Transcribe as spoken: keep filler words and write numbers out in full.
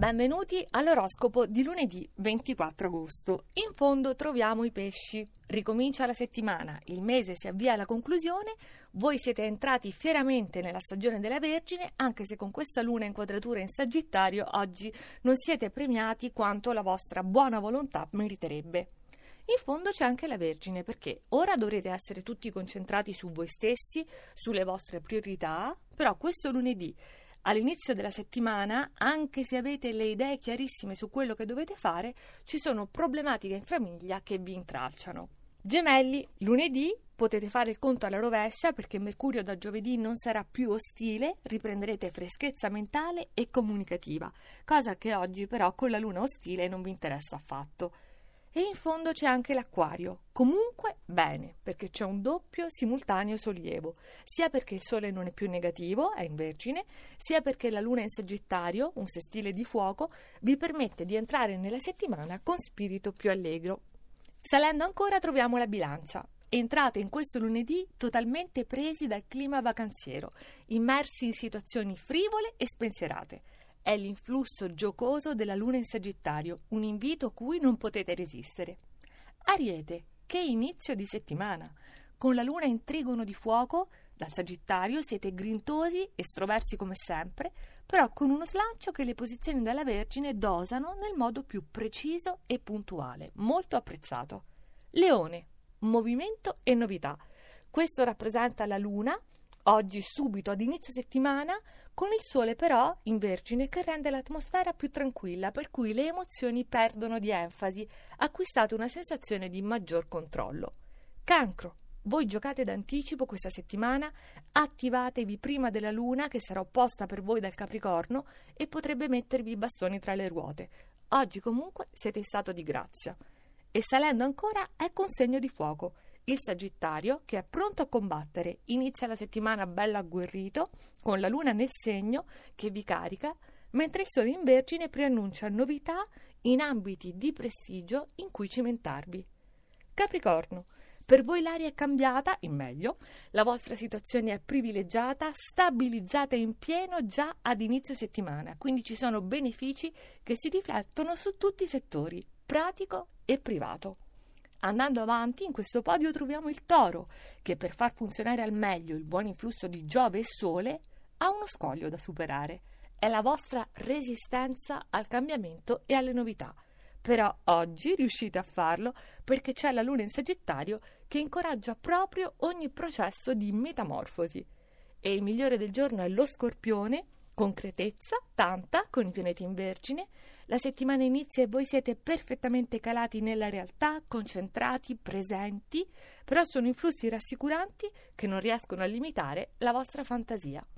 Benvenuti all'oroscopo di lunedì ventiquattro agosto. In fondo troviamo i pesci. Ricomincia la settimana, il mese si avvia alla conclusione, voi siete entrati fieramente nella stagione della Vergine, anche se con questa luna in quadratura in Sagittario oggi non siete premiati quanto la vostra buona volontà meriterebbe. In fondo c'è anche la Vergine, perché ora dovrete essere tutti concentrati su voi stessi, sulle vostre priorità, però questo lunedì, all'inizio della settimana, anche se avete le idee chiarissime su quello che dovete fare, ci sono problematiche in famiglia che vi intralciano. Gemelli, lunedì potete fare il conto alla rovescia perché Mercurio da giovedì non sarà più ostile, riprenderete freschezza mentale e comunicativa, cosa che oggi però con la luna ostile non vi interessa affatto. E in fondo c'è anche l'Acquario, comunque bene, perché c'è un doppio simultaneo sollievo, sia perché il Sole non è più negativo, è in Vergine, sia perché la Luna è in Sagittario, un sestile di fuoco, vi permette di entrare nella settimana con spirito più allegro. Salendo ancora troviamo la Bilancia. Entrate in questo lunedì totalmente presi dal clima vacanziero, immersi in situazioni frivole e spensierate. È l'influsso giocoso della Luna in Sagittario, un invito a cui non potete resistere. Ariete, che inizio di settimana! Con la Luna in trigono di fuoco, dal Sagittario siete grintosi, estroversi come sempre, però con uno slancio che le posizioni della Vergine dosano nel modo più preciso e puntuale, molto apprezzato. Leone, movimento e novità. Questo rappresenta la Luna, oggi subito ad inizio settimana, con il Sole però in Vergine che rende l'atmosfera più tranquilla, per cui le emozioni perdono di enfasi, acquistate una sensazione di maggior controllo. Cancro, voi giocate d'anticipo questa settimana, attivatevi prima della Luna che sarà opposta per voi dal Capricorno e potrebbe mettervi i bastoni tra le ruote. Oggi comunque siete in stato di grazia. E salendo ancora è con segno di fuoco. Il Sagittario, che è pronto a combattere, inizia la settimana bello agguerrito, con la Luna nel segno che vi carica, mentre il Sole in Vergine preannuncia novità in ambiti di prestigio in cui cimentarvi. Capricorno, per voi l'aria è cambiata, in meglio, la vostra situazione è privilegiata, stabilizzata in pieno già ad inizio settimana, quindi ci sono benefici che si riflettono su tutti i settori, pratico e privato. Andando avanti, in questo podio troviamo il Toro, che per far funzionare al meglio il buon influsso di Giove e Sole ha uno scoglio da superare. È la vostra resistenza al cambiamento e alle novità. Però oggi riuscite a farlo perché c'è la Luna in Sagittario che incoraggia proprio ogni processo di metamorfosi. E il migliore del giorno è lo Scorpione, concretezza, tanta, con i pianeti in Vergine. La settimana inizia e voi siete perfettamente calati nella realtà, concentrati, presenti, però sono influssi rassicuranti che non riescono a limitare la vostra fantasia.